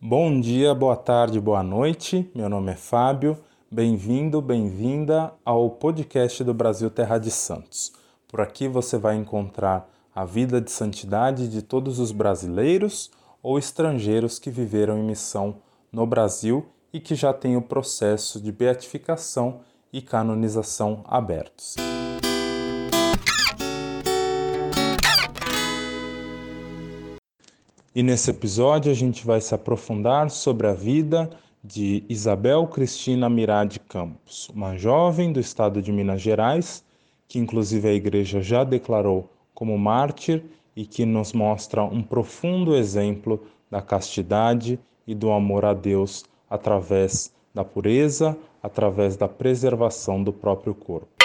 Bom dia, boa tarde, boa noite. Meu nome é Fábio. Bem-vindo, bem-vinda ao podcast do Brasil Terra de Santos. Por aqui você vai encontrar a vida de santidade de todos os brasileiros ou estrangeiros que viveram em missão no Brasil e que já têm o processo de beatificação e canonização abertos. E nesse episódio a gente vai se aprofundar sobre a vida de Isabel Cristina Mirade Campos, uma jovem do estado de Minas Gerais, que inclusive a igreja já declarou como mártir e que nos mostra um profundo exemplo da castidade e do amor a Deus através da pureza, através da preservação do próprio corpo.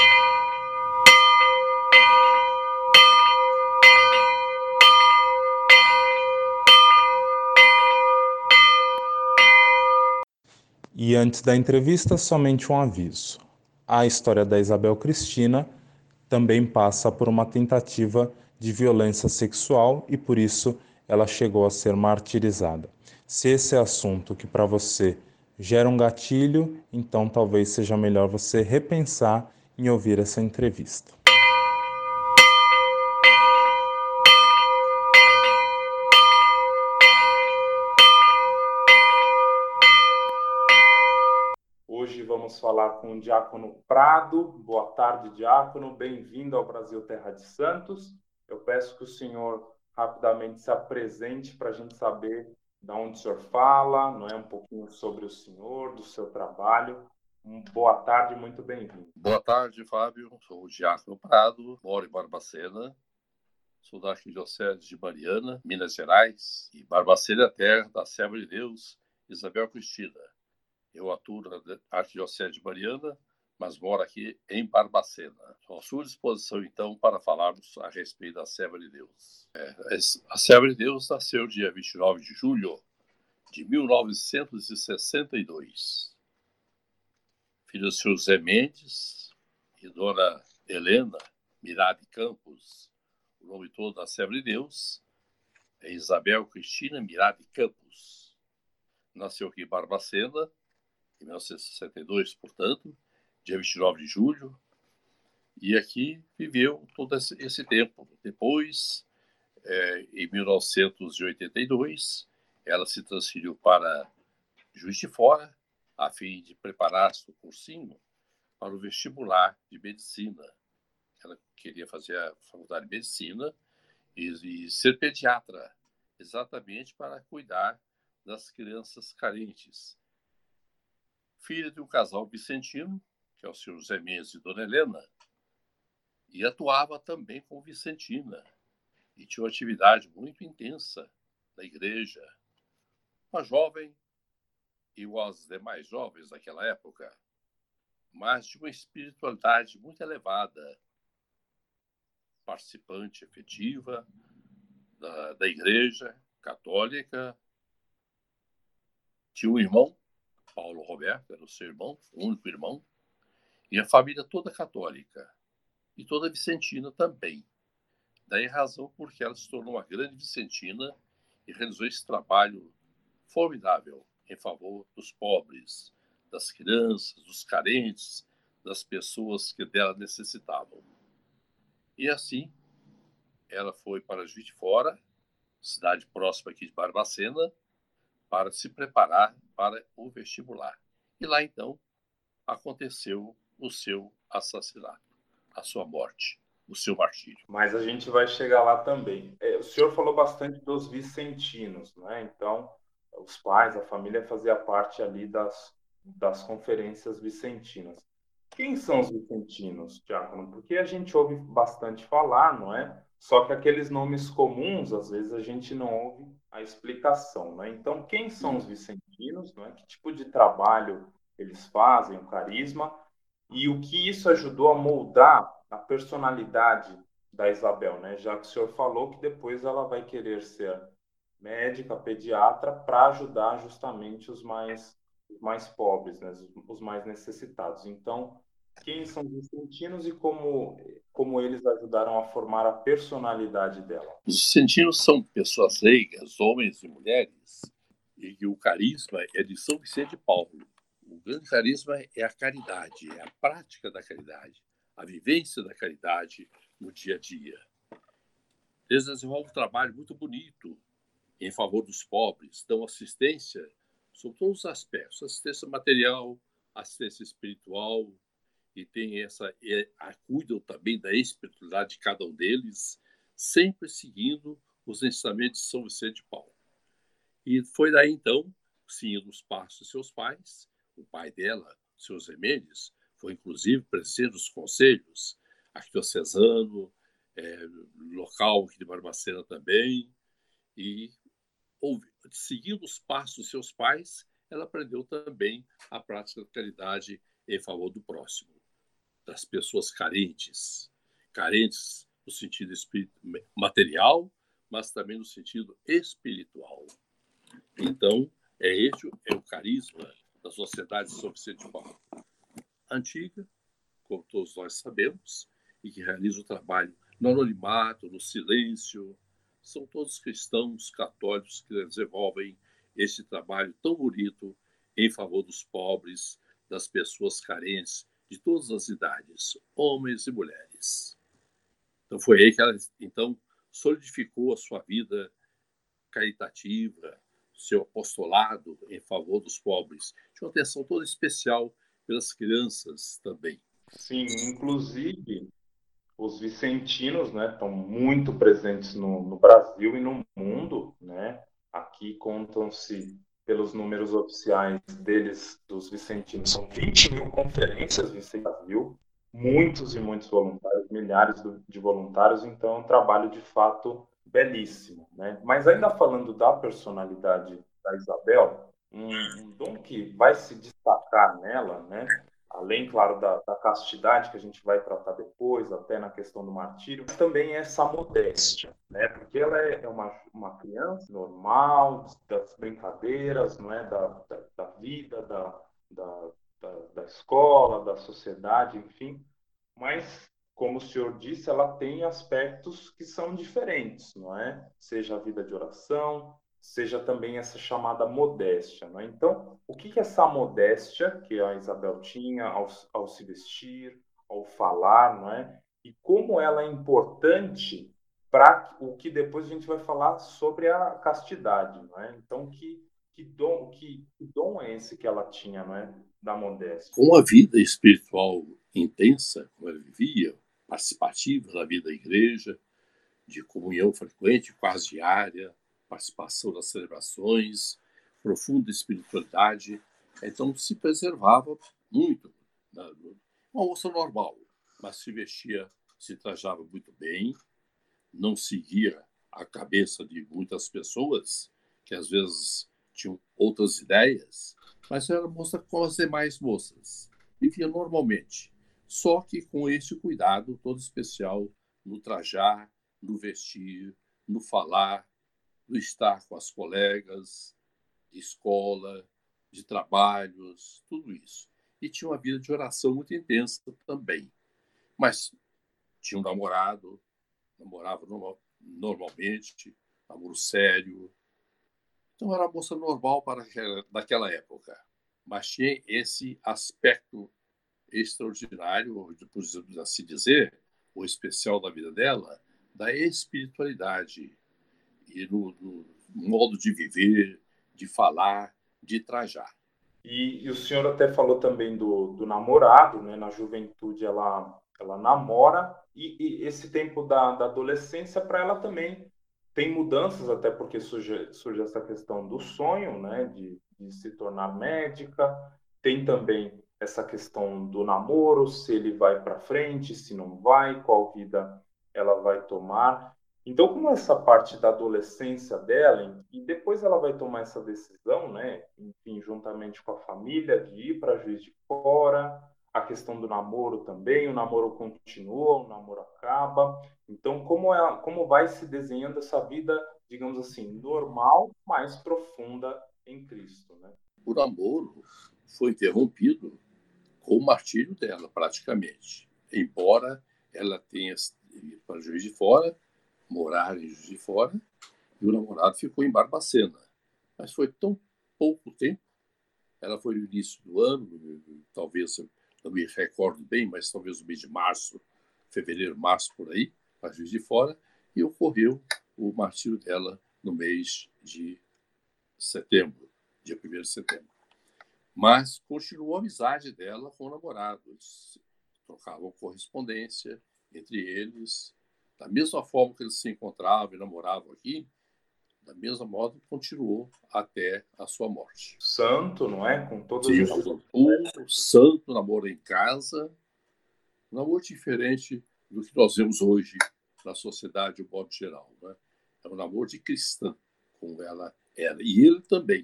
E antes da entrevista, somente um aviso. A história da Isabel Cristina também passa por uma tentativa de violência sexual e por isso ela chegou a ser martirizada. Se esse é assunto que para você gera um gatilho, então talvez seja melhor você repensar em ouvir essa entrevista. Hoje vamos falar com o Diácono Prado. Boa tarde, Diácono. Bem-vindo ao Brasil Terra de Santos. Eu peço que o senhor rapidamente se apresente para a gente saber de onde o senhor fala, não é? Um pouquinho sobre o senhor, do seu trabalho. Boa tarde, muito bem-vindo. Boa tarde, Fábio. Sou o Diácono Prado, moro em Barbacena. Sou da Arquidiocese de Mariana, Minas Gerais. E Barbacena é a terra da serva de Deus, Isabel Cristina. Eu atuo na Arquidiocese de Mariana, mas moro aqui em Barbacena. Estou à sua disposição, então, para falarmos a respeito da serva de Deus. A serva de Deus nasceu dia 29 de julho de 1962. Filho do senhor José Mendes e dona Helena Mirade Campos. O nome todo da serva de Deus é Isabel Cristina Mirade Campos. Nasceu aqui em Barbacena, em 1962, portanto, dia 29 de julho, e aqui viveu todo esse tempo. Depois, em 1982, ela se transferiu para Juiz de Fora, a fim de preparar-se o cursinho para o vestibular de medicina. Ela queria fazer a faculdade de medicina e ser pediatra, exatamente para cuidar das crianças carentes. Filha de um casal vicentino, que é o senhor José Mendes e dona Helena, e atuava também como vicentina, e tinha uma atividade muito intensa na igreja. Uma jovem, igual aos demais jovens daquela época, mas de uma espiritualidade muito elevada, participante efetiva da igreja católica. Tinha um irmão, Paulo Roberto, era o seu irmão, o único irmão, e a família toda católica, e toda vicentina também. Daí a razão porque ela se tornou uma grande vicentina e realizou esse trabalho formidável em favor dos pobres, das crianças, dos carentes, das pessoas que dela necessitavam. E assim, ela foi para Juiz de Fora, cidade próxima aqui de Barbacena, para se preparar para o vestibular. E lá, então, aconteceu o seu assassinato, a sua morte, o seu martírio. Mas a gente vai chegar lá também. O senhor falou bastante dos vicentinos, né? Então, os pais, a família fazia parte ali das conferências vicentinas. Quem são os vicentinos, Diácono? Porque a gente ouve bastante falar, não é? Só que aqueles nomes comuns, às vezes a gente não ouve a explicação, né? Então, quem são os vicentinos, não é? Que tipo de trabalho eles fazem, o carisma, e o que isso ajudou a moldar a personalidade da Isabel, né? Já que o senhor falou que depois ela vai querer ser médica, pediatra, para ajudar justamente os mais pobres, né? Os mais necessitados. Então, quem são os vicentinos e como eles ajudaram a formar a personalidade dela? Os vicentinos são pessoas leigas, homens e mulheres, e que o carisma é de São Vicente de Paulo. O grande carisma é a caridade, é a prática da caridade, a vivência da caridade no dia a dia. Eles desenvolvem um trabalho muito bonito em favor dos pobres, dão assistência sobre todos os aspectos, assistência material, assistência espiritual, e tem cuidam também da espiritualidade de cada um deles, sempre seguindo os ensinamentos de São Vicente de Paulo. E foi daí, então, seguindo os passos de seus pais, o pai dela, seu Zé Mendes, foi inclusive presidente dos conselhos arquidiocesano, local aqui de Barbacena também, e seguindo os passos dos seus pais, ela aprendeu também a prática da caridade em favor do próximo, das pessoas carentes no sentido material, mas também no sentido espiritual. Então, este é o carisma da Sociedade de São Vicente de Paulo, antiga, como todos nós sabemos, e que realiza o trabalho no anonimato, no silêncio. São todos cristãos católicos que desenvolvem esse trabalho tão bonito em favor dos pobres, das pessoas carentes, de todas as idades, homens e mulheres. Então foi aí que ela solidificou a sua vida caritativa, seu apostolado em favor dos pobres. Tinha uma atenção toda especial pelas crianças também. Sim, inclusive os vicentinos, né, estão muito presentes no Brasil e no mundo, né? Aqui contam-se, pelos números oficiais deles, dos vicentinos, são 20 mil conferências no Brasil, muitos e muitos voluntários, milhares de voluntários, então é um trabalho de fato belíssimo, né? Mas ainda falando da personalidade da Isabel, um dom que vai se destacar nela, né? Além, claro, da castidade que a gente vai tratar depois, até na questão do martírio, mas também essa modéstia, né? Porque ela é uma criança normal, das brincadeiras, não é? Da vida, da escola, da sociedade, enfim, mas, como o senhor disse, ela tem aspectos que são diferentes, não é? Seja a vida de oração, seja também essa chamada modéstia, não é? Então, o que é essa modéstia que a Isabel tinha ao se vestir, ao falar, não é? E como ela é importante para o que depois a gente vai falar sobre a castidade, não é? Então, que dom é esse que ela tinha, não é? Da modéstia. Com a vida espiritual intensa, como ela vivia, participativa da vida da igreja, de comunhão frequente, quase diária, participação das celebrações, profunda espiritualidade, então se preservava muito. Uma moça normal, mas se vestia, se trajava muito bem, não seguia a cabeça de muitas pessoas, que às vezes tinham outras ideias, mas era moça como as demais moças, vivia normalmente, só que com esse cuidado todo especial no trajar, no vestir, no falar, no estar com as colegas, de escola, de trabalhos, tudo isso. E tinha uma vida de oração muito intensa também. Mas tinha um namorado, namorava normalmente, namoro sério. Então era uma moça normal para daquela época. Mas tinha esse aspecto extraordinário, por assim dizer, o especial da vida dela, da espiritualidade e no modo de viver, de falar, de trajar. E o senhor até falou também do namorado, né? Na juventude ela namora, e esse tempo da adolescência para ela também tem mudanças, até porque surge essa questão do sonho, né? De se tornar médica, tem também essa questão do namoro, se ele vai para frente, se não vai, qual vida ela vai tomar. Então, como essa parte da adolescência dela, e depois ela vai tomar essa decisão, né, enfim, juntamente com a família, de ir para Juiz de Fora, a questão do namoro também, o namoro continua, o namoro acaba. Então, como vai se desenhando essa vida, digamos assim, normal, mais profunda em Cristo, né? O namoro foi interrompido com o martírio dela, praticamente. Embora ela tenha ido para Juiz de Fora, morar em Juiz de Fora, e o namorado ficou em Barbacena. Mas foi tão pouco tempo. Ela foi no início do ano, talvez, não me recordo bem, mas talvez no mês de março, fevereiro, março, por aí, para Juiz de Fora, e ocorreu o martírio dela no mês de setembro, dia 1º de setembro. Mas continuou a amizade dela com o namorado. Eles trocavam correspondência entre eles. Da mesma forma que eles se encontravam e namoravam aqui, da mesma modo continuou até a sua morte. Santo, não é? Com todas Sim, essas... puro, santo, namoro em casa. Um namoro diferente do que nós vemos hoje na sociedade, de modo geral. Né? É um namoro de cristã, como ela era. E ele também.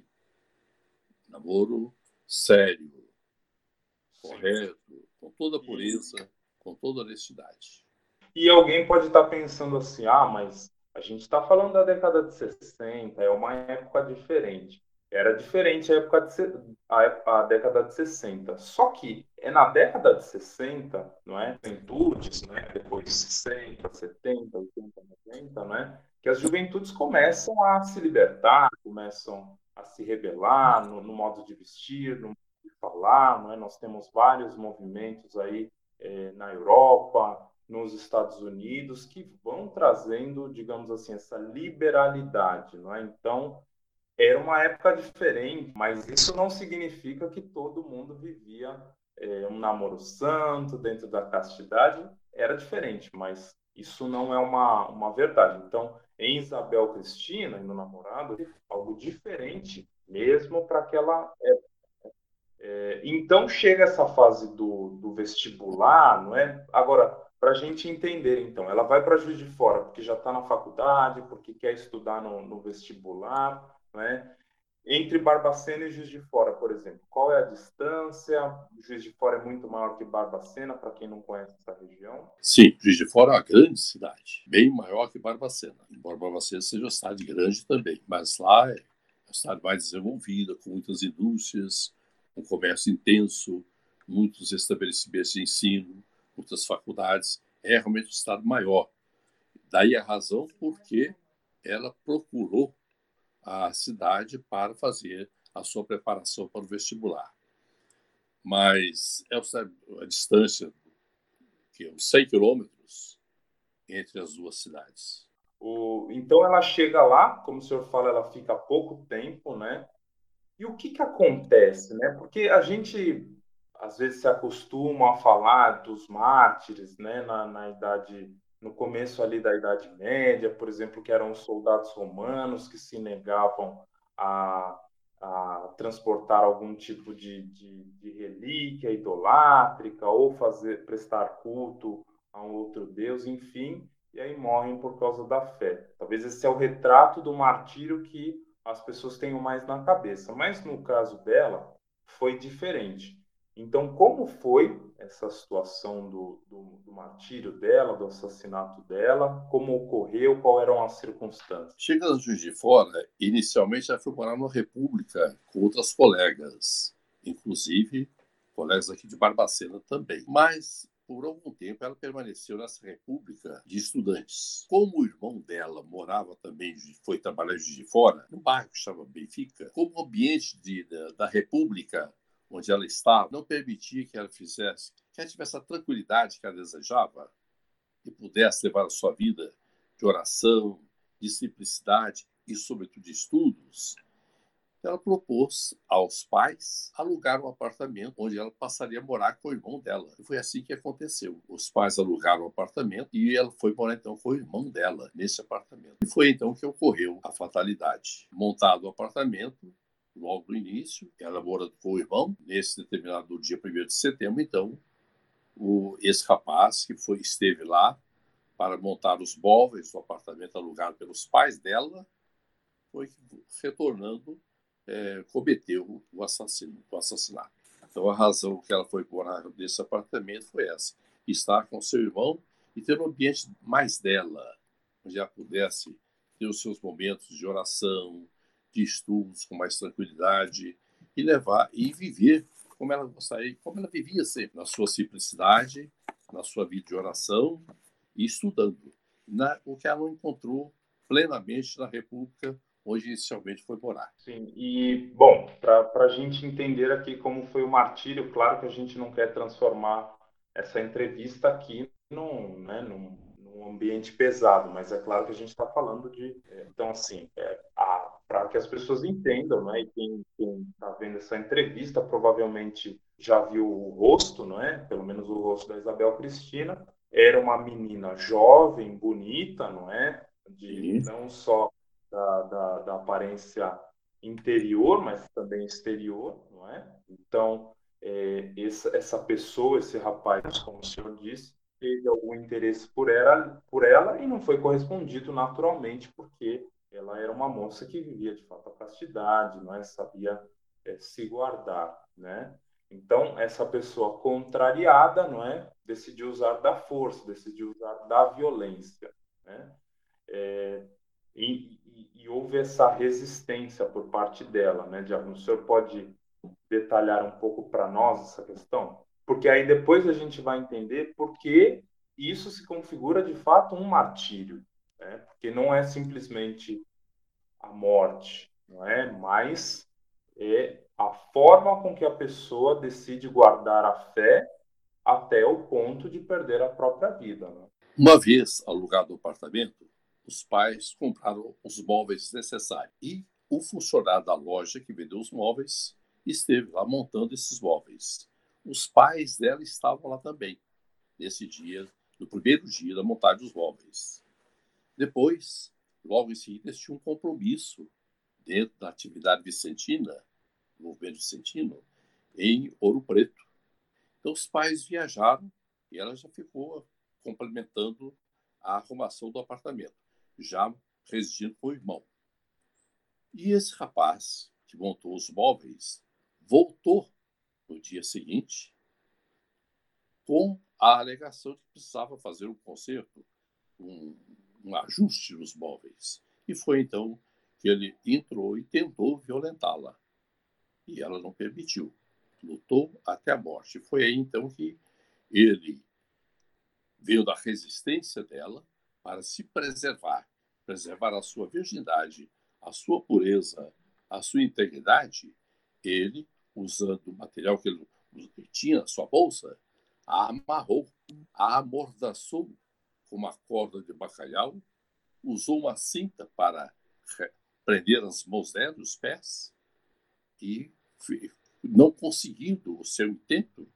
Namoro sério, correto, com toda pureza, com toda honestidade. E alguém pode estar pensando assim, ah, mas a gente está falando da década de 60, é uma época diferente. Era diferente a época a década de 60. Só que é na década de 60, não é? Juventudes, né? Depois de 60, 70, 80, 90, né? Que as juventudes começam a se libertar, começam a se rebelar no modo de vestir, no modo de falar, não é? Nós temos vários movimentos aí na Europa, nos Estados Unidos, que vão trazendo, digamos assim, essa liberalidade, não é? Então, era uma época diferente, mas isso não significa que todo mundo vivia um namoro santo, dentro da castidade, era diferente, mas isso não é uma verdade. Então, em Isabel Cristina e no namorado, algo diferente mesmo para aquela época. Então chega essa fase do vestibular, não é? Agora, para a gente entender, então, ela vai para Juiz de Fora porque já está na faculdade, porque quer estudar no vestibular, não é? Entre Barbacena e Juiz de Fora, por exemplo, qual é a distância? Juiz de Fora é muito maior que Barbacena, para quem não conhece essa região. Sim, Juiz de Fora é uma grande cidade, bem maior que Barbacena. Embora Barbacena seja uma cidade grande também, mas lá é uma cidade mais desenvolvida, com muitas indústrias, um comércio intenso, muitos estabelecimentos de ensino, muitas faculdades. É realmente um estado maior. Daí a razão porque ela procurou a cidade para fazer a sua preparação para o vestibular. Mas é a distância, que é uns 100 quilômetros entre as duas cidades. Então ela chega lá, como o senhor fala, ela fica pouco tempo, né? E o que que acontece, né? Porque a gente às vezes se acostuma a falar dos mártires, né? Na idade, no começo ali da Idade Média, por exemplo, que eram os soldados romanos que se negavam a, a transportar algum tipo de relíquia idolátrica ou prestar culto a um outro deus, enfim, e aí morrem por causa da fé. Talvez esse é o retrato do martírio que as pessoas tenham mais na cabeça. Mas no caso dela, foi diferente. Então, como foi essa situação do martírio dela, do assassinato dela? Como ocorreu? Quais eram as circunstâncias? Chegando a Juiz de Fora, inicialmente ela foi morar numa república com outras colegas, inclusive colegas aqui de Barbacena também. Mas por algum tempo ela permaneceu nessa república de estudantes. Como o irmão dela morava também, foi trabalhar em Juiz de Fora, num bairro que chama Benfica, como o ambiente da república onde ela estava não permitia que ela fizesse, que ela tivesse a tranquilidade que ela desejava e pudesse levar a sua vida de oração, de simplicidade e, sobretudo, de estudos, ela propôs aos pais alugar um apartamento onde ela passaria a morar com o irmão dela. E foi assim que aconteceu. Os pais alugaram o apartamento e ela foi morar então com o irmão dela nesse apartamento. E foi então que ocorreu a fatalidade. Montado o apartamento, logo no início, ela morando com o irmão, nesse determinado dia 1º de setembro, então, esse rapaz que esteve lá para montar os móveis do apartamento alugado pelos pais dela, foi retornando, cometeu o assassinato. Então, a razão que ela foi morar nesse apartamento foi essa: estar com seu irmão e ter um ambiente mais dela, onde ela pudesse ter os seus momentos de oração, de estudos com mais tranquilidade e levar e viver como ela gostaria, como ela vivia sempre, na sua simplicidade, na sua vida de oração e estudando. O que ela não encontrou plenamente na República onde inicialmente foi morar. Sim, e, bom, para a gente entender aqui como foi o martírio, claro que a gente não quer transformar essa entrevista aqui num ambiente pesado, mas é claro que a gente está falando de. Então, assim, para que as pessoas entendam, né, e quem está vendo essa entrevista provavelmente já viu o rosto, não é? Pelo menos o rosto da Isabel Cristina. Era uma menina jovem, bonita, não é? De E, não só da aparência interior, mas também exterior, não é? Então, essa pessoa, esse rapaz, como o senhor disse, teve algum interesse por ela e não foi correspondido naturalmente, porque ela era uma moça que vivia de fato a castidade, não é? Sabia se guardar, né? Então, essa pessoa contrariada, não é? Decidiu usar da força, decidiu usar da violência, né? E houve essa resistência por parte dela, né, Diago? O senhor pode detalhar um pouco para nós essa questão? Porque aí depois a gente vai entender por que isso se configura de fato um martírio, né? Porque não é simplesmente a morte, não é? Mas é a forma com que a pessoa decide guardar a fé até o ponto de perder a própria vida, né? uma vez alugado o apartamento, os pais compraram os móveis necessários e o funcionário da loja que vendeu os móveis esteve lá montando esses móveis. Os pais dela estavam lá também, nesse dia, no primeiro dia da montagem dos móveis. Depois, logo em seguida, eles tinham um compromisso dentro da atividade vicentina, do governo vicentino, em Ouro Preto. Então, os pais viajaram e ela já ficou complementando a arrumação do apartamento, já residindo com o irmão. E esse rapaz, que montou os móveis, voltou no dia seguinte com a alegação de que precisava fazer um conserto, um, um ajuste nos móveis. E foi então que ele entrou e tentou violentá-la. E ela não permitiu. Lutou até a morte. Foi aí então que ele veio da resistência dela para se preservar, preservar a sua virgindade, a sua pureza, a sua integridade. Ele, usando o material que ele tinha na sua bolsa, a amarrou, a amordaçou com uma corda de bacalhau, usou uma cinta para prender as mãos dela, os pés, e, não conseguindo o seu intento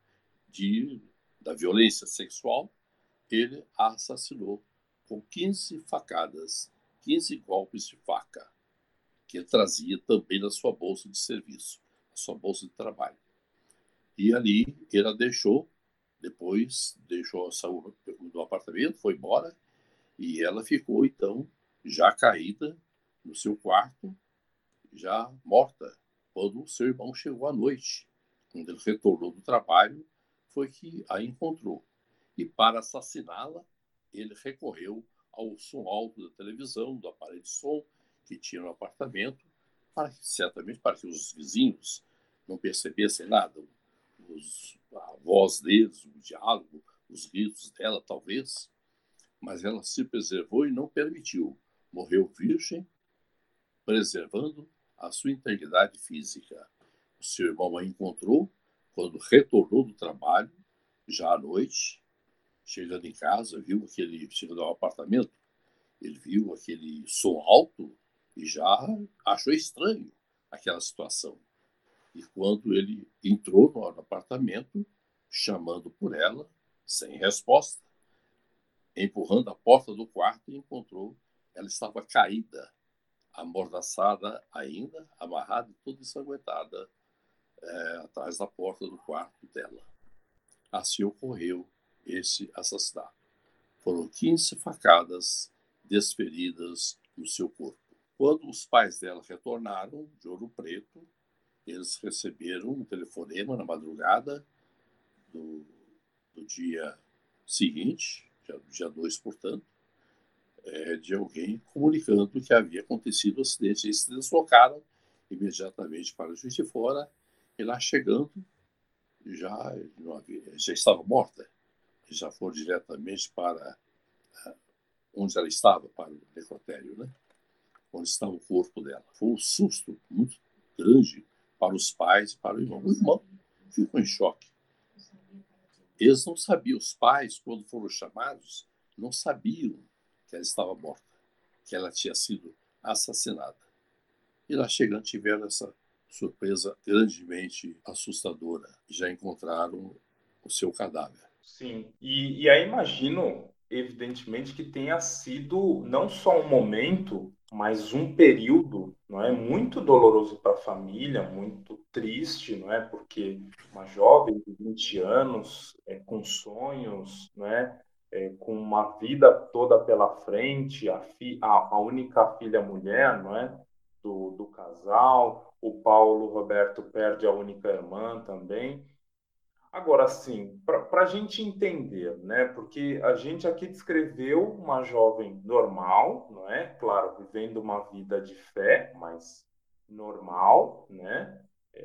da violência sexual, ele a assassinou com 15 facadas, 15 golpes de faca, que ele trazia também na sua bolsa de serviço, na sua bolsa de trabalho. E ali ele a deixou, depois deixou, saiu do apartamento, foi embora, e ela ficou, então, já caída no seu quarto, já morta, quando o seu irmão chegou à noite. Quando ele retornou do trabalho, foi que a encontrou. E para assassiná-la, ele recorreu ao som alto da televisão, do aparelho de som que tinha no apartamento, certamente para que os vizinhos não percebessem nada. A voz deles, o diálogo, os gritos dela, talvez. Mas ela se preservou e não permitiu. Morreu virgem, preservando a sua integridade física. O seu irmão a encontrou quando retornou do trabalho, já à noite, chegando em casa, viu aquele, chegando ao apartamento, ele viu aquele som alto e já achou estranho aquela situação. E quando ele entrou no apartamento, chamando por ela, sem resposta, empurrando a porta do quarto, encontrou, ela estava caída, amordaçada ainda, amarrada e toda ensanguentada atrás da porta do quarto dela. Assim ocorreu esse assassinato. Foram 15 facadas desferidas no seu corpo. Quando os pais dela retornaram de Ouro Preto, eles receberam um telefonema na madrugada do, do dia seguinte, dia 2, portanto, de alguém comunicando que havia acontecido o acidente. Eles se deslocaram imediatamente para o Juiz de Fora e lá chegando, já estava morta. Eles já foram diretamente para onde ela estava, para o necrotério, né? onde estava o corpo dela. Foi um susto muito grande para os pais e para o irmão. O irmão ficou em choque. Eles não sabiam, os pais, quando foram chamados, não sabiam que ela estava morta, que ela tinha sido assassinada. E lá chegando tiveram essa surpresa grandemente assustadora. Já encontraram o seu cadáver. Sim, e aí imagino, evidentemente, que tenha sido não só um momento, mas um período, não é, muito doloroso para a família, muito triste, não é, porque uma jovem de 20 anos, com sonhos, não é, com uma vida toda pela frente, a única filha mulher, não é, do casal, o Paulo Roberto perde a única irmã também. Agora, sim, para a gente entender, né? Porque a gente aqui descreveu uma jovem normal, não é? Claro, vivendo uma vida de fé, mas normal, né?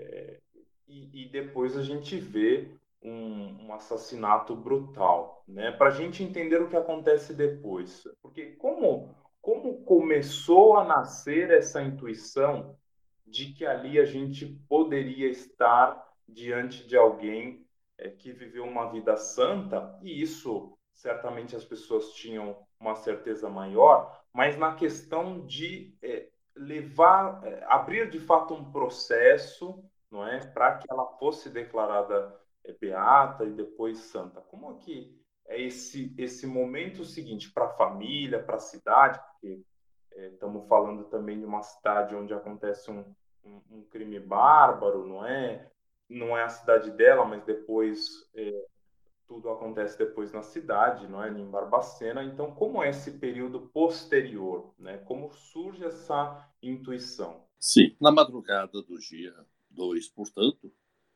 E depois a gente vê um assassinato brutal, né? Para a gente entender o que acontece depois. Porque como começou a nascer essa intuição de que ali a gente poderia estar diante de alguém que viveu uma vida santa, e isso certamente as pessoas tinham uma certeza maior, mas na questão de levar, abrir de fato um processo, não é, para que ela fosse declarada beata e depois santa. Como é que é esse momento seguinte para a família, para a cidade, porque estamos falando também de uma cidade onde acontece um crime bárbaro, não é? Não é a cidade dela, mas depois tudo acontece depois na cidade, não é? Em Barbacena. Então, como é esse período posterior, né? Como surge essa intuição? Sim, na madrugada do dia 2, portanto,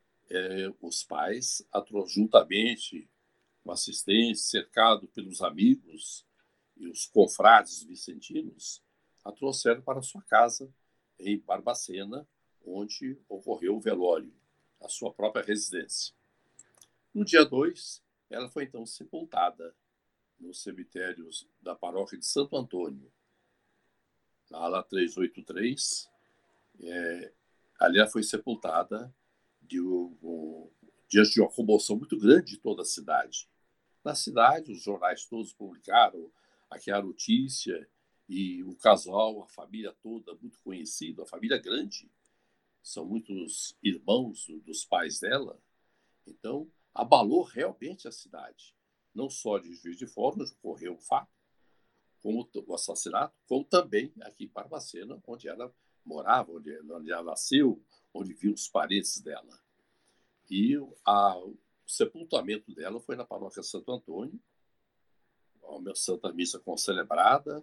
os pais, juntamente com assistentes, cercado pelos amigos e os confrades vicentinos, a trouxeram para sua casa em Barbacena, onde ocorreu o velório, a sua própria residência. No dia 2, ela foi então sepultada nos cemitérios da paróquia de Santo Antônio, na ala 383. Ali ela foi sepultada diante de uma comoção muito grande de toda a cidade. Na cidade, os jornais todos publicaram aquela notícia e o casal, a família toda, muito conhecido, a família grande, são muitos irmãos dos pais dela. Então, abalou realmente a cidade. Não só de Juiz de Fora, onde ocorreu o fato, como o assassinato, como também aqui em Barbacena, onde ela morava, onde ela nasceu, onde viu os parentes dela. E o sepultamento dela foi na paróquia Santo Antônio, uma Santa Missa concelebrada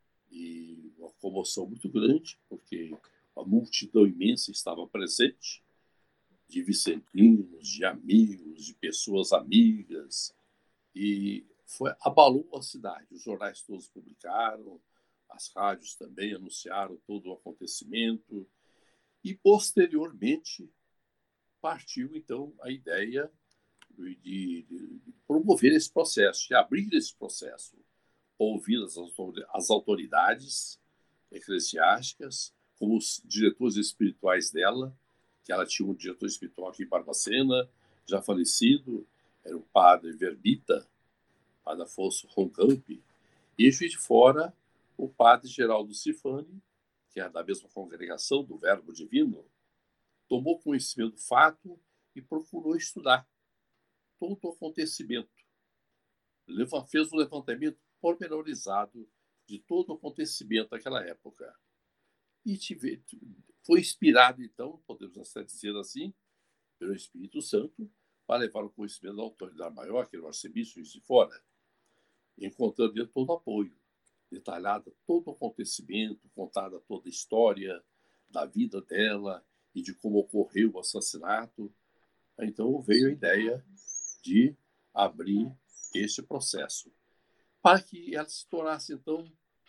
e uma comoção muito grande, porque uma multidão imensa estava presente, de vicentinos, de amigos, de pessoas amigas, e abalou a cidade. Os jornais todos publicaram, as rádios também anunciaram todo o acontecimento, e posteriormente partiu então a ideia de promover esse processo, de abrir esse processo, ouvidas as autoridades eclesiásticas, como os diretores espirituais dela, que ela tinha um diretor espiritual aqui em Barbacena, já falecido, era o padre Verbita, padre Afonso Roncamp, e Juiz de Fora, o padre Geraldo Cifani, que é da mesma congregação do Verbo Divino, tomou conhecimento do fato e procurou estudar todo o acontecimento. Fez um levantamento pormenorizado de todo o acontecimento daquela época. E foi inspirado, então, podemos até dizer assim, pelo Espírito Santo, para levar o conhecimento da autoridade maior, que era o arcebispo de Fora, encontrando nele todo o apoio, detalhado todo o acontecimento, contada toda a história da vida dela e de como ocorreu o assassinato. Então veio a ideia de abrir este processo, para que ela se tornasse, então,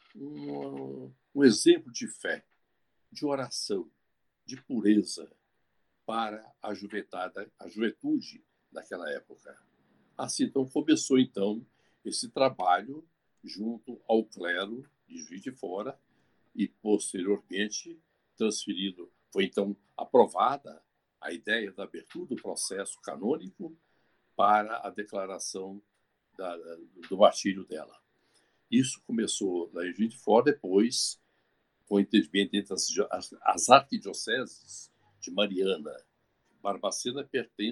um exemplo de fé, de oração, de pureza para a juventude daquela época. Assim, então, começou, então, esse trabalho junto ao clero de Juiz de Fora e, posteriormente, transferido. Foi, então, aprovada a ideia da abertura do processo canônico para a declaração do martírio dela. Isso começou lá em Juiz de Fora, depois, com o entendimento entre as arquidioceses de Mariana. Barbacena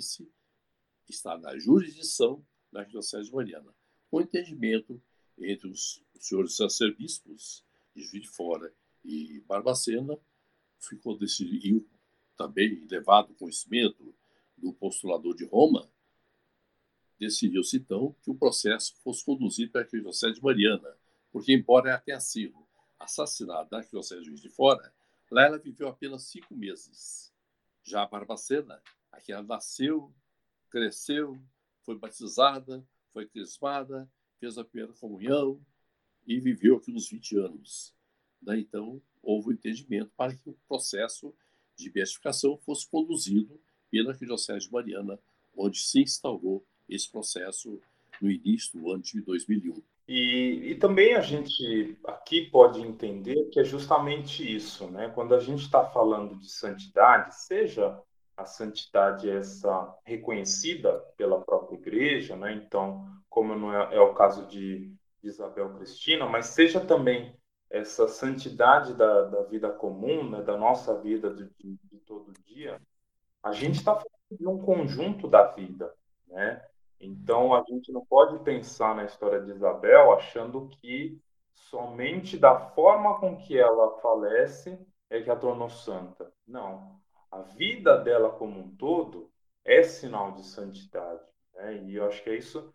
está na jurisdição da Arquidiocese de Mariana. Com entendimento entre os senhores arcebispos de Juiz de Fora e Barbacena, ficou decidido, também levado ao conhecimento do postulador de Roma, decidiu-se então que o processo fosse conduzido para a Arquidiocese de Mariana, porque, embora ela tenha sido assassinada na Arquidiocese de Juiz de Fora, lá ela viveu apenas 5 meses. Já a Barbacena, aqui ela nasceu, cresceu, foi batizada, foi crismada, fez a primeira comunhão e viveu aqui uns 20 anos. Daí, então, houve um entendimento para que o processo de beatificação fosse conduzido pela Arquidiocese de Mariana, onde se instaurou esse processo no início do ano de 2001. E também a gente aqui pode entender que é justamente isso, né? Quando a gente está falando de santidade, seja a santidade essa reconhecida pela própria igreja, né? Então, como não é o caso de Isabel Cristina, mas seja também essa santidade da vida comum, né? Da nossa vida de todo dia, a gente está falando de um conjunto da vida, né? Então, a gente não pode pensar na história de Isabel achando que somente da forma com que ela falece é que a tornou santa. Não. A vida dela como um todo é sinal de santidade, né? E eu acho que é isso,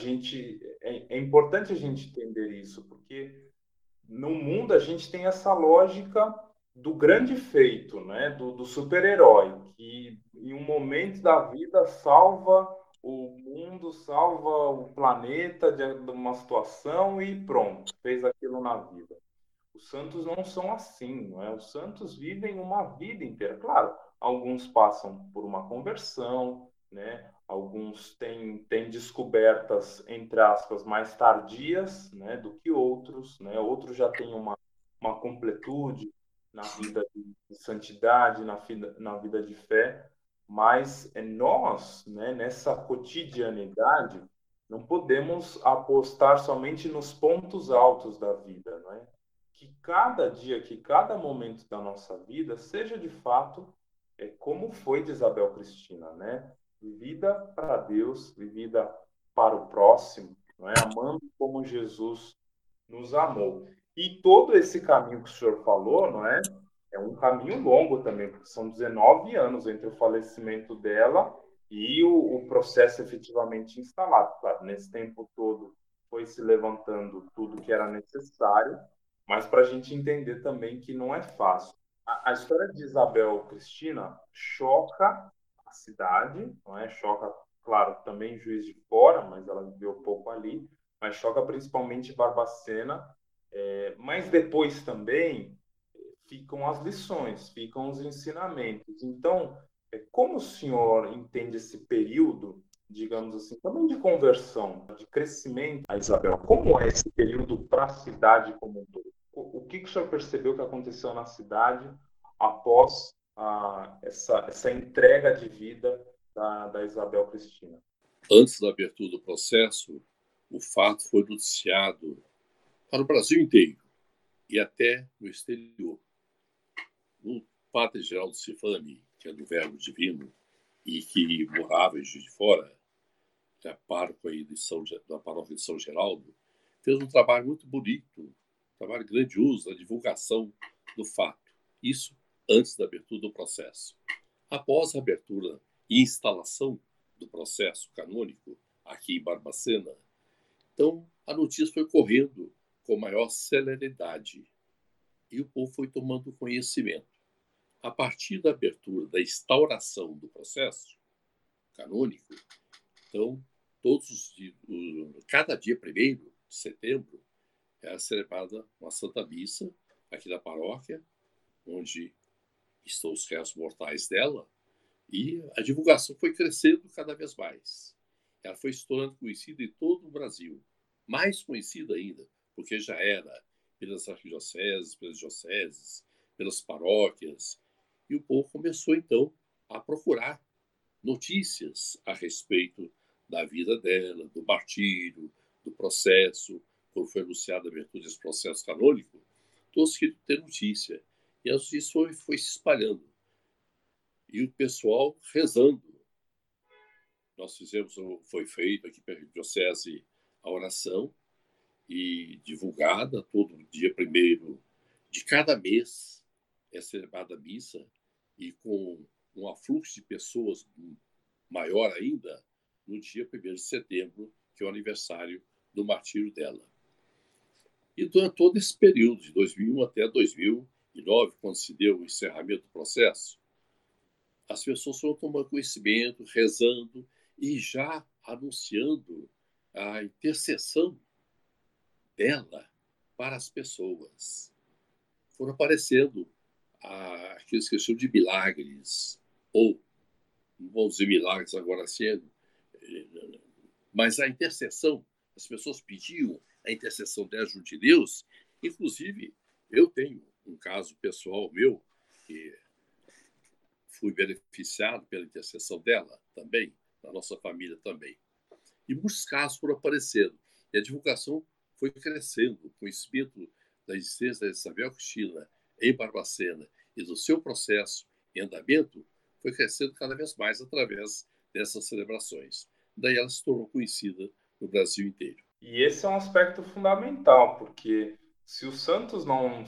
é importante a gente entender isso, porque no mundo a gente tem essa lógica do grande feito, né? Do super-herói, que em um momento da vida salva o mundo, salva o planeta de uma situação e pronto, fez aquilo na vida. Os santos não são assim, não é? Os santos vivem uma vida inteira. Claro, alguns passam por uma conversão, né? Alguns têm descobertas, entre aspas, mais tardias, né, do que outros, né? Outros já têm uma completude na vida de santidade, na vida de fé, mas nós, né, nessa cotidianidade, não podemos apostar somente nos pontos altos da vida, não é? Que cada dia, que cada momento da nossa vida seja de fato como foi de Isabel Cristina, né? Vivida para Deus, vivida para o próximo, não é? Amando como Jesus nos amou. E todo esse caminho que o senhor falou, não é? É um caminho longo também, porque são 19 anos entre o falecimento dela e o processo efetivamente instalado. Claro, nesse tempo todo foi se levantando tudo que era necessário, mas para a gente entender também que não é fácil. A história de Isabel Cristina choca a cidade, não é? Choca, claro, também Juiz de Fora, mas ela viveu pouco ali, mas choca principalmente Barbacena, mas depois também ficam as lições, ficam os ensinamentos. Então, como o senhor entende esse período, digamos assim, também de conversão, de crescimento, a Isabel? Como é esse período para a cidade como um todo? O que o senhor percebeu que aconteceu na cidade após essa entrega de vida da Isabel Cristina? Antes da abertura do processo, o fato foi noticiado para o Brasil inteiro e até no exterior. O padre Geraldo Cifani, que é do Verbo Divino e que morava em Juiz de Fora, que é pároco aí da paróquia de São Geraldo, fez um trabalho muito bonito, um trabalho grandioso na divulgação do fato. Isso antes da abertura do processo. Após a abertura e instalação do processo canônico aqui em Barbacena, então a notícia foi correndo com maior celeridade e o povo foi tomando conhecimento. A partir da abertura, da instauração do processo canônico, então, cada dia 1º de setembro, era celebrada uma Santa Missa aqui na paróquia, onde estão os restos mortais dela, e a divulgação foi crescendo cada vez mais. Ela foi se tornando conhecida em todo o Brasil, mais conhecida ainda, porque já era pelas arquidioceses, pelas dioceses, pelas paróquias. E o povo começou, então, a procurar notícias a respeito da vida dela, do martírio, do processo, quando foi anunciada a abertura desse processo canônico, todos queriam ter notícia. E a notícia foi se espalhando. E o pessoal rezando. Nós fizemos, foi feito aqui pela Diocese a oração e divulgada todo dia primeiro de cada mês é celebrada a missa e com um afluxo de pessoas maior ainda no dia 1º de setembro, que é o aniversário do martírio dela. E durante todo esse período, de 2001 até 2009, quando se deu o encerramento do processo, as pessoas foram tomando conhecimento, rezando e já anunciando a intercessão dela para as pessoas. Foram aparecendo aqueles que chamam de milagres, ou, não vou dizer milagres agora sendo, mas a intercessão, as pessoas pediam a intercessão dela junto de Deus. Inclusive, eu tenho um caso pessoal meu, que fui beneficiado pela intercessão dela também, da nossa família também. E muitos casos foram aparecendo. E a divulgação foi crescendo. O conhecimento da existência da Isabel Cristina em Barbacena e do seu processo em andamento foi crescendo cada vez mais através dessas celebrações. Daí ela se tornou conhecida no Brasil inteiro. E esse é um aspecto fundamental, porque se os santos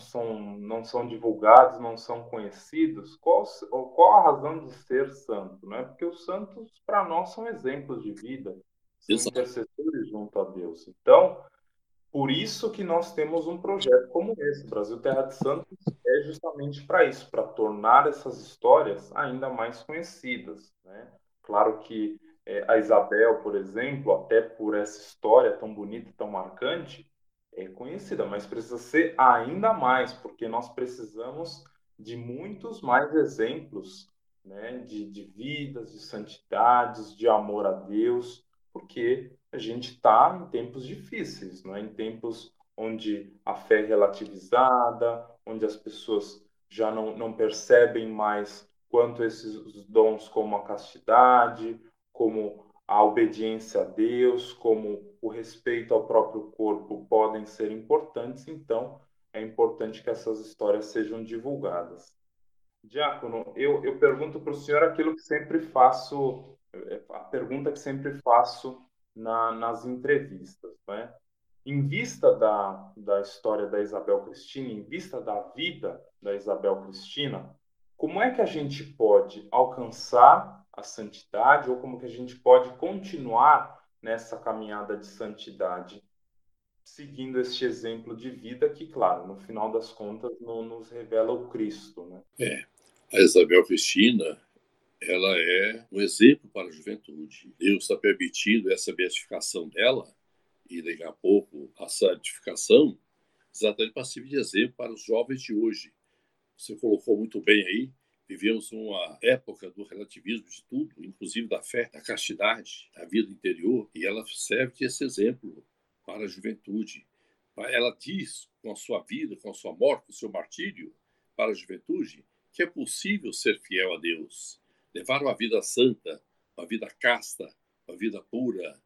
não são divulgados, não são conhecidos, qual a razão de ser santo? Né? Porque os santos, para nós, são exemplos de vida, são Exato. intercessores junto a Deus. Então, por isso que nós temos um projeto como esse, Brasil Terra de Santos, é justamente para isso, para tornar essas histórias ainda mais conhecidas, né? Claro que a Isabel, por exemplo, até por essa história tão bonita e tão marcante, é conhecida, mas precisa ser ainda mais, porque nós precisamos de muitos mais exemplos, né, de vidas, de santidades, de amor a Deus, porque a gente está em tempos difíceis, não é? Em tempos onde a fé é relativizada, onde as pessoas já não percebem mais quanto esses dons como a castidade, como a obediência a Deus, como o respeito ao próprio corpo podem ser importantes, então é importante que essas histórias sejam divulgadas. Diácono, eu pergunto para o senhor aquilo que sempre faço, a pergunta que sempre faço nas entrevistas, né? Em vista da história da Isabel Cristina, em vista da vida da Isabel Cristina, como é que a gente pode alcançar a santidade ou como que a gente pode continuar nessa caminhada de santidade, seguindo este exemplo de vida que, claro, no final das contas, não nos revela o Cristo, né? A Isabel Cristina, ela é um exemplo para a juventude. Deus está permitindo essa beatificação dela e daqui a pouco a santificação, exatamente para servir de exemplo para os jovens de hoje. Você colocou muito bem aí, vivemos uma época do relativismo de tudo, inclusive da fé, da castidade, da vida interior, e ela serve de esse exemplo para a juventude. Ela diz, com a sua vida, com a sua morte, com o seu martírio, para a juventude, que é possível ser fiel a Deus, levar uma vida santa, uma vida casta, uma vida pura,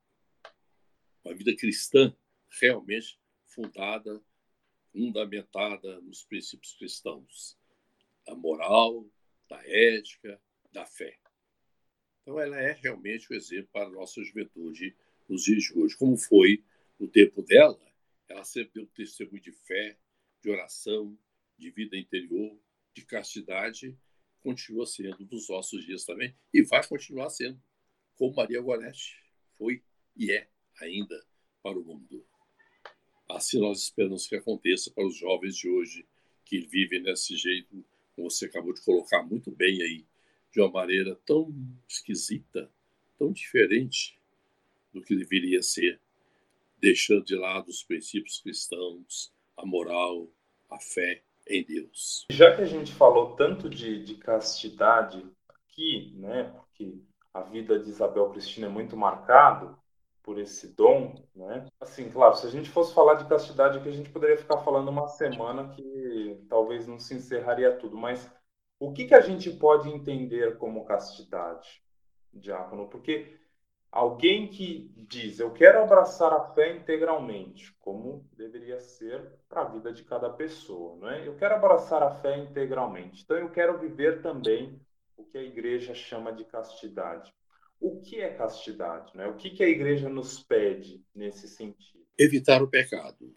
uma vida cristã, realmente fundada, fundamentada nos princípios cristãos, da moral, da ética, da fé. Então, ela é realmente o exemplo para a nossa juventude nos dias de hoje. Como foi no tempo dela, ela sempre deu testemunho de fé, de oração, de vida interior, de castidade, continua sendo dos nossos dias também, e vai continuar sendo, como Maria Gorete foi e é ainda para o mundo. Assim nós esperamos que aconteça para os jovens de hoje que vivem desse jeito, como você acabou de colocar muito bem aí, de uma maneira tão esquisita, tão diferente do que deveria ser, deixando de lado os princípios cristãos, a moral, a fé em Deus. Já que a gente falou tanto de castidade aqui, né, porque a vida de Isabel Cristina é muito marcada, por esse dom, né? Assim, claro, se a gente fosse falar de castidade aqui, a gente poderia ficar falando uma semana que talvez não se encerraria tudo, mas o que que a gente pode entender como castidade, diácono? Porque alguém que diz, eu quero abraçar a fé integralmente, como deveria ser para a vida de cada pessoa, não é? Eu quero abraçar a fé integralmente. Então eu quero viver também o que a igreja chama de castidade. O que é castidade, né? O que que a igreja nos pede nesse sentido? Evitar o pecado,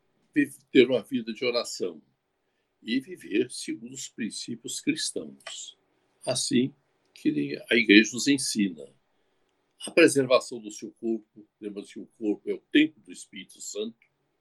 ter uma vida de oração e viver segundo os princípios cristãos. Assim que a igreja nos ensina. A preservação do seu corpo, lembrando que o corpo é o templo do Espírito Santo,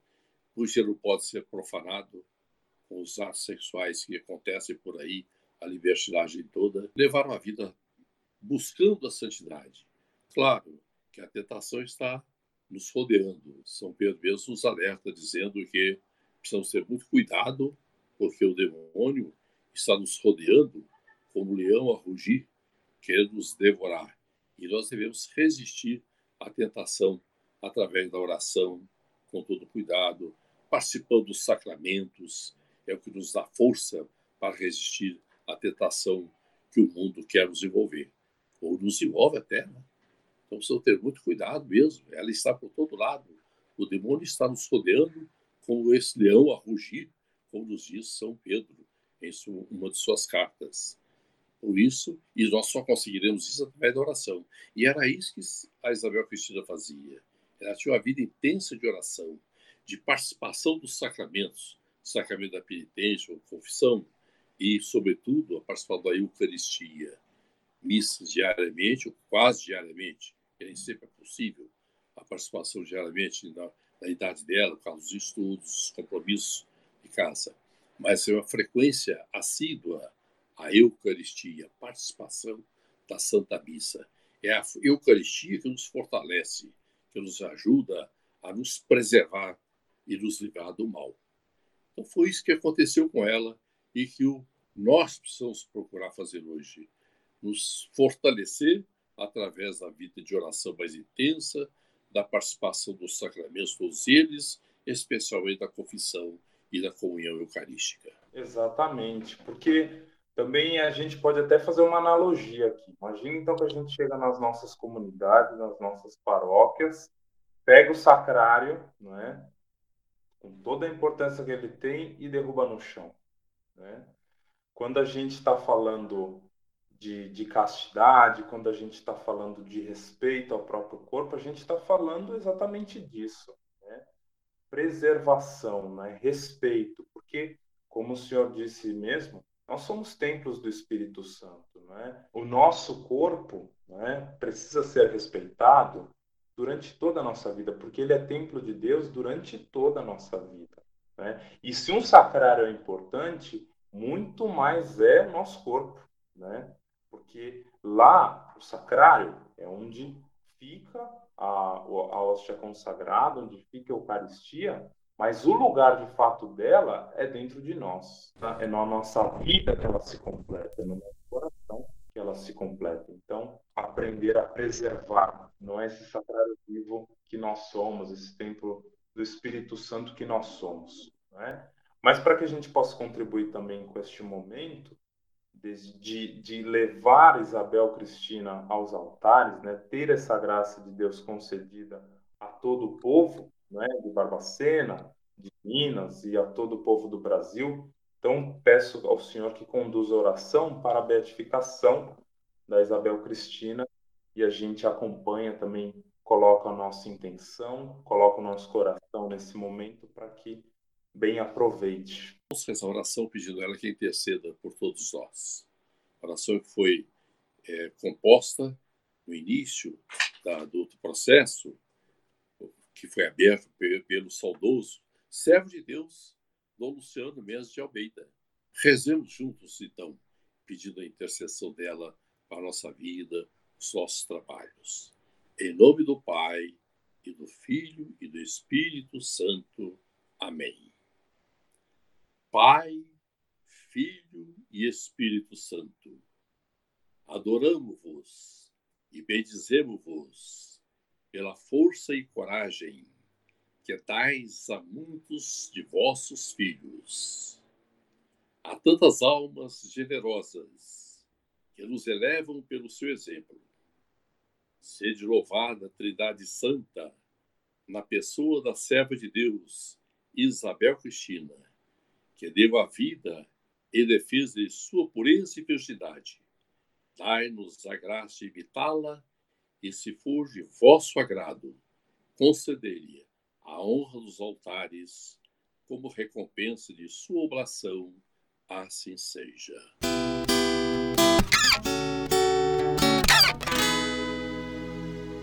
cujo ele não pode ser profanado com os atos sexuais que acontecem por aí, a libertinagem toda. Levar uma vida buscando a santidade. Claro que a tentação está nos rodeando. São Pedro mesmo nos alerta, dizendo que precisamos ter muito cuidado, porque o demônio está nos rodeando como um leão a rugir, querendo nos devorar. E nós devemos resistir à tentação através da oração, com todo cuidado, participando dos sacramentos, é o que nos dá força para resistir à tentação que o mundo quer nos envolver. Ou nos envolve até, né? Então precisamos ter muito cuidado mesmo. Ela está por todo lado. O demônio está nos rodeando como esse leão a rugir, como nos diz São Pedro em uma de suas cartas. Por isso, e nós só conseguiremos isso através da oração. E era isso que a Isabel Cristina fazia. Ela tinha uma vida intensa de oração, de participação dos sacramentos, sacramento da penitência, a confissão, e, sobretudo, a participação da Eucaristia. Missas diariamente, ou quase diariamente, que nem sempre é possível, a participação diariamente na idade dela, por causa dos estudos, dos compromissos de casa. Mas é uma frequência assídua a Eucaristia, a participação da Santa Missa. É a Eucaristia que nos fortalece, que nos ajuda a nos preservar e nos livrar do mal. Então foi isso que aconteceu com ela e que nós precisamos procurar fazer hoje. Nos fortalecer através da vida de oração mais intensa, da participação dos sacramentos, todos eles, especialmente da confissão e da comunhão eucarística. Exatamente, porque também a gente pode até fazer uma analogia aqui. Imagina então que a gente chega nas nossas comunidades, nas nossas paróquias, pega o sacrário, não é? Com toda a importância que ele tem e derruba no chão, né? Quando a gente está falando de castidade, quando a gente está falando de respeito ao próprio corpo, a gente está falando exatamente disso, né? Preservação, né? Respeito, porque, como o senhor disse mesmo, nós somos templos do Espírito Santo, né? O nosso corpo, né, precisa ser respeitado durante toda a nossa vida, porque ele é templo de Deus durante toda a nossa vida, né? E se um sacrário é importante, muito mais é o nosso corpo, né? Porque lá, o sacrário é onde fica a hóstia consagrada, onde fica a Eucaristia, mas o lugar de fato dela é dentro de nós, tá? É na nossa vida que ela se completa, é no nosso coração que ela se completa. Então, aprender a preservar, não é esse sacrário vivo que nós somos, esse templo do Espírito Santo que nós somos, não é? Mas para que a gente possa contribuir também com este momento, de levar Isabel Cristina aos altares, né, ter essa graça de Deus concedida a todo o povo, né, de Barbacena, de Minas e a todo o povo do Brasil. Então, peço ao Senhor que conduza a oração para a beatificação da Isabel Cristina e a gente acompanha também, coloca a nossa intenção, coloca o nosso coração nesse momento para que bem aproveite. Vamos fazer essa oração pedindo a ela que interceda por todos nós. A oração que foi composta no início do processo, que foi aberto pelo saudoso servo de Deus, Dom Luciano Mendes de Almeida. Rezemos juntos, então, pedindo a intercessão dela para a nossa vida, os nossos trabalhos. Em nome do Pai, e do Filho, e do Espírito Santo. Amém. Pai, Filho e Espírito Santo, adoramo-vos e bendizemo-vos. pela força e coragem que dais a muitos de vossos filhos. Há tantas almas generosas que nos elevam pelo seu exemplo. Sede louvada, Trindade Santa, na pessoa da serva de Deus, Isabel Cristina, que deu a vida em defesa de sua pureza e virgindade. Dai-nos a graça de imitá-la e, se for de vosso agrado, conceder-lhe a honra dos altares como recompensa de sua oblação. Assim seja.